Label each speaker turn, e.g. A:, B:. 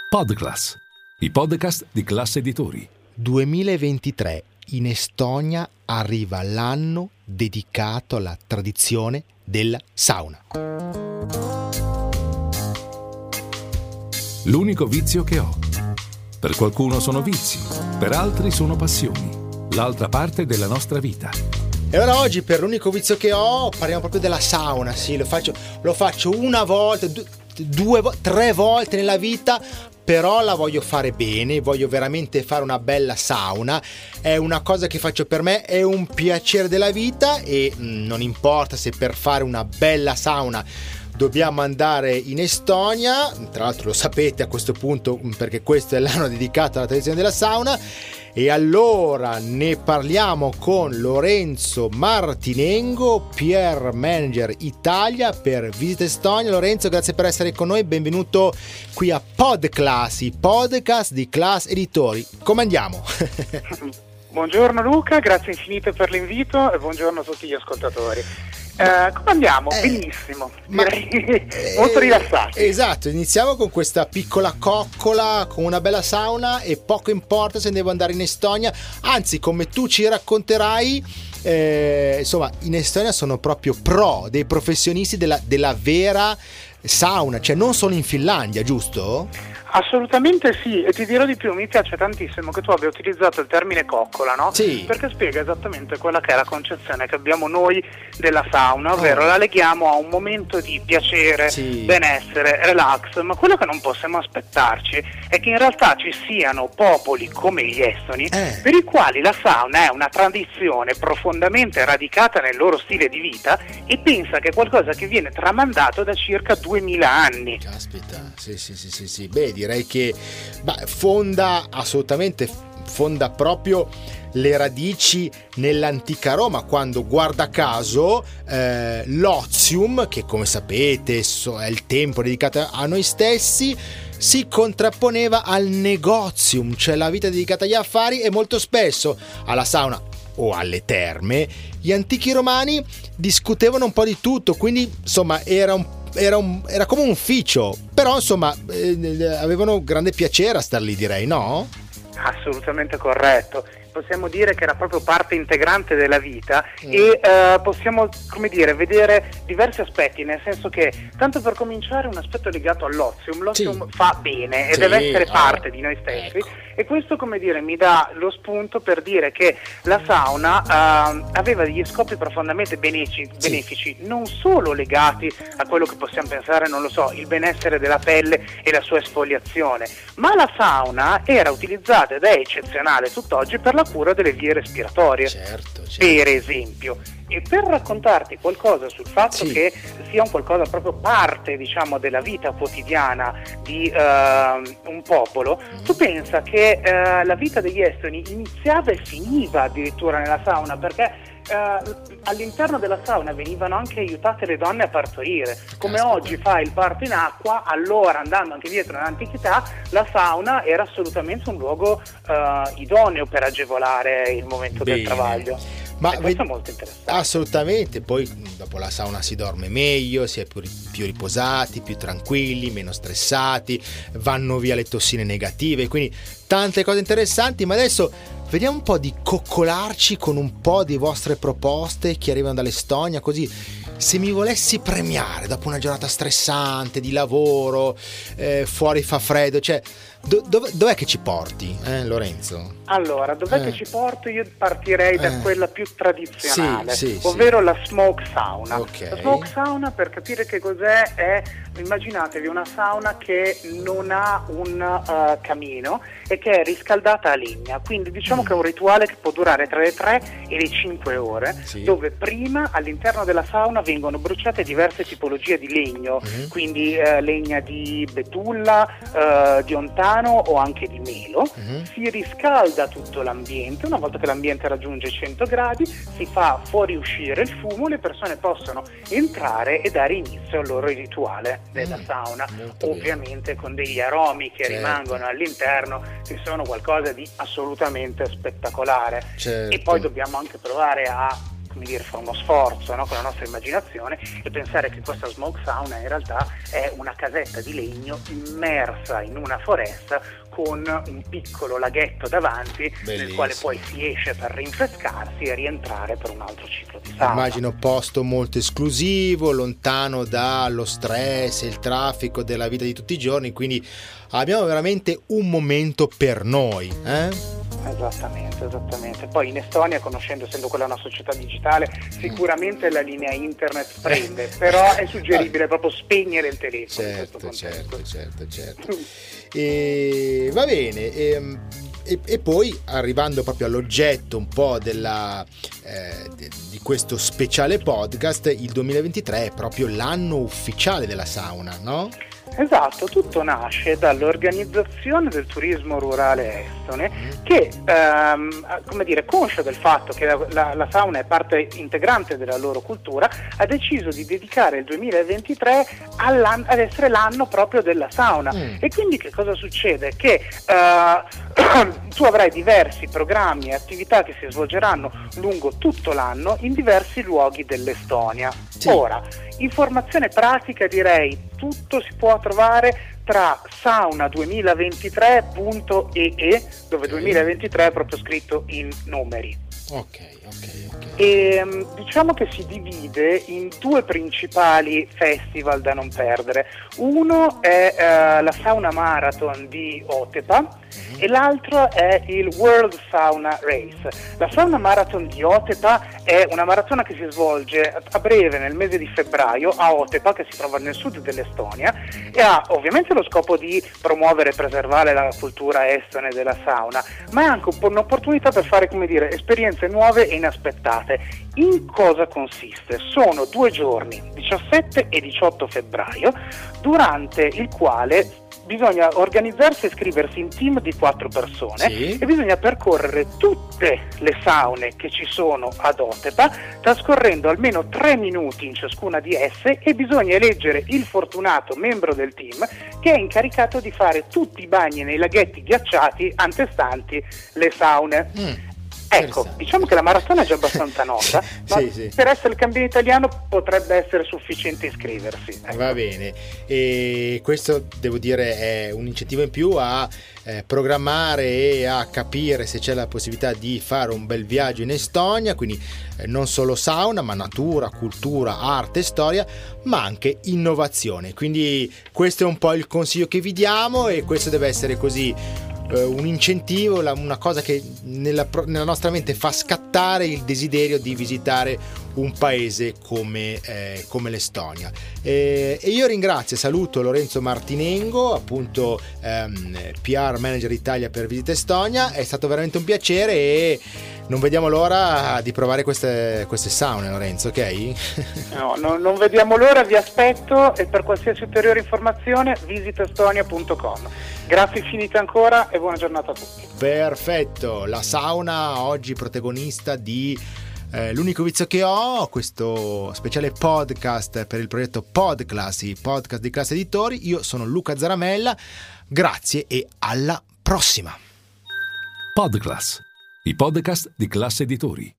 A: Podclass, i podcast di Class Editori.
B: 2023, in Estonia arriva l'anno dedicato alla tradizione della sauna.
A: L'unico vizio che ho. Per qualcuno sono vizi, per altri sono passioni. L'altra parte della nostra vita.
B: E ora oggi, per l'unico vizio che ho, parliamo proprio della sauna. Sì, lo faccio una volta, tre volte nella vita, però la voglio fare bene, voglio veramente fare una bella sauna. È una cosa che faccio per me, è un piacere della vita e non importa se per fare una bella sauna dobbiamo andare in Estonia. Tra l'altro lo sapete a questo punto, perché questo è l'anno dedicato alla tradizione della sauna. E allora ne parliamo con Lorenzo Martinengo, PR Manager Italia per Visit Estonia. Lorenzo, grazie per essere con noi, benvenuto qui a Podclass, i podcast di Class Editori. Come andiamo?
C: Buongiorno Luca, grazie infinite per l'invito e buongiorno a tutti gli ascoltatori. Come andiamo? Benissimo, direi molto rilassati.
B: Esatto, iniziamo con questa piccola coccola, con una bella sauna, e poco importa se devo andare in Estonia, anzi, come tu ci racconterai, insomma, in Estonia sono proprio dei professionisti della vera sauna, cioè non solo in Finlandia, giusto?
C: Assolutamente sì, e ti dirò di più, mi piace tantissimo che tu abbia utilizzato il termine coccola, no?
B: Sì.
C: Perché spiega esattamente quella che è la concezione che abbiamo noi della sauna, ovvero la leghiamo a un momento di piacere,
B: sì,
C: benessere, relax, ma quello che non possiamo aspettarci è che in realtà ci siano popoli come gli estoni per i quali la sauna è una tradizione profondamente radicata nel loro stile di vita e pensa che è qualcosa che viene tramandato da circa 2000 anni.
B: Caspita, sì. Beh, direi che fonda proprio le radici nell'antica Roma, quando, guarda caso, l'ozium, che come sapete è il tempo dedicato a noi stessi, si contrapponeva al negozium, cioè la vita dedicata agli affari, e molto spesso alla sauna o alle terme gli antichi romani discutevano un po' di tutto, quindi insomma era come un ufficio, però insomma avevano grande piacere a star lì, direi, no?
C: Assolutamente corretto. Possiamo dire che era proprio parte integrante della vita e possiamo, come dire, vedere diversi aspetti, nel senso che, tanto per cominciare, un aspetto legato l'ozium fa bene e deve essere parte di noi stessi, ecco. E questo, come dire, mi dà lo spunto per dire che la sauna aveva degli scopi profondamente benefici, non solo legati a quello che possiamo pensare, non lo so, il benessere della pelle e la sua esfoliazione, ma la sauna era utilizzata ed è eccezionale tutt'oggi per la cura delle vie respiratorie,
B: certo.
C: Per esempio. E per raccontarti qualcosa sul fatto che sia un qualcosa proprio parte, diciamo, della vita quotidiana di un popolo, tu pensa che la vita degli estoni iniziava e finiva addirittura nella sauna, perché all'interno della sauna venivano anche aiutate le donne a partorire. Come oggi fa il parto in acqua, allora, andando anche dietro nell'antichità, la sauna era assolutamente un luogo idoneo per agevolare il momento del travaglio.
B: Ma
C: questo è molto interessante.
B: Assolutamente. Poi dopo la sauna si dorme meglio, si è più riposati, più tranquilli, meno stressati, vanno via le tossine negative, quindi tante cose interessanti. Ma adesso vediamo un po' di coccolarci con un po' di vostre proposte che arrivano dall'Estonia, così se mi volessi premiare dopo una giornata stressante di lavoro, fuori fa freddo, cioè dov'è che ci porti, Lorenzo?
C: Allora, dov'è che ci porto? Io partirei da quella più tradizionale,
B: ovvero
C: la smoke sauna.
B: Okay.
C: La smoke sauna, per capire che cos'è, immaginatevi una sauna che non ha un camino e che è riscaldata a legna, quindi diciamo che è un rituale che può durare tra le 3 e le 5 ore, dove prima all'interno della sauna vengono bruciate diverse tipologie di legno, quindi legna di betulla, di ontano o anche di melo, si riscalda tutto l'ambiente. Una volta che l'ambiente raggiunge 100 gradi si fa fuoriuscire il fumo, le persone possono entrare e dare inizio al loro rituale della sauna, ovviamente con degli aromi che rimangono all'interno, che sono qualcosa di assolutamente spettacolare. E poi dobbiamo anche provare a come dire, fare uno sforzo, no, con la nostra immaginazione e pensare che questa smoke sauna in realtà è una casetta di legno immersa in una foresta con un piccolo laghetto davanti. Bellissimo. Nel quale poi si esce per rinfrescarsi e rientrare per un altro ciclo di sauna.
B: Immagino posto molto esclusivo, lontano dallo stress e il traffico della vita di tutti i giorni, quindi abbiamo veramente un momento per noi,
C: Esattamente. Poi in Estonia, essendo quella una società digitale, sicuramente la linea internet prende, però è suggeribile proprio spegnere il telefono.
B: Certo. E va bene. E poi, arrivando proprio all'oggetto un po' di questo speciale podcast, il 2023 è proprio l'anno ufficiale della sauna, no?
C: Esatto, tutto nasce dall'organizzazione del turismo rurale estone che, conscia del fatto che la sauna è parte integrante della loro cultura, ha deciso di dedicare il 2023 ad essere l'anno proprio della sauna. E quindi che cosa succede? Che tu avrai diversi programmi e attività che si svolgeranno lungo tutto l'anno in diversi luoghi dell'Estonia. Sì. Ora, informazione pratica, direi, tutto si può trovare tra sauna2023.ee, dove 2023 è proprio scritto in numeri.
B: Ok.
C: E diciamo che si divide in due principali festival da non perdere. Uno è la Sauna Marathon di Otepää e l'altro è il World Sauna Race. La Sauna Marathon di Otepää è una maratona che si svolge a breve nel mese di febbraio a Otepää, che si trova nel sud dell'Estonia, e ha ovviamente lo scopo di promuovere e preservare la cultura estone della sauna, ma è anche un'opportunità per fare, esperienze nuove e inaspettate. In cosa consiste? Sono 2 giorni, 17 e 18 febbraio, durante il quale bisogna organizzarsi e iscriversi in team di 4 persone, sì, e bisogna percorrere tutte le saune che ci sono ad Otepää, trascorrendo almeno 3 minuti in ciascuna di esse, e bisogna eleggere il fortunato membro del team che è incaricato di fare tutti i bagni nei laghetti ghiacciati antestanti le saune. Ecco, diciamo che la maratona è già abbastanza nota, ma sì. Per essere il campione italiano potrebbe essere sufficiente iscriversi. Ecco.
B: Va bene, e questo devo dire è un incentivo in più a programmare e a capire se c'è la possibilità di fare un bel viaggio in Estonia, quindi non solo sauna, ma natura, cultura, arte, storia, ma anche innovazione. Quindi questo è un po' il consiglio che vi diamo, e questo deve essere così un incentivo, una cosa che nella nostra mente fa scattare il desiderio di visitare un paese come l'Estonia. E io ringrazio e saluto Lorenzo Martinengo, appunto PR Manager Italia per Visit Estonia. È stato veramente un piacere e non vediamo l'ora di provare queste saune, Lorenzo, ok?
C: No, non vediamo l'ora, vi aspetto, e per qualsiasi ulteriore informazione visitestonia.com. Grazie infinite ancora e buona giornata a tutti.
B: Perfetto, la sauna oggi protagonista di L'unico vizio che ho, questo speciale podcast per il progetto Podclass, i podcast di Classe Editori. Io sono Luca Zaramella, grazie e alla prossima.
A: Podclass, i podcast di Classe Editori.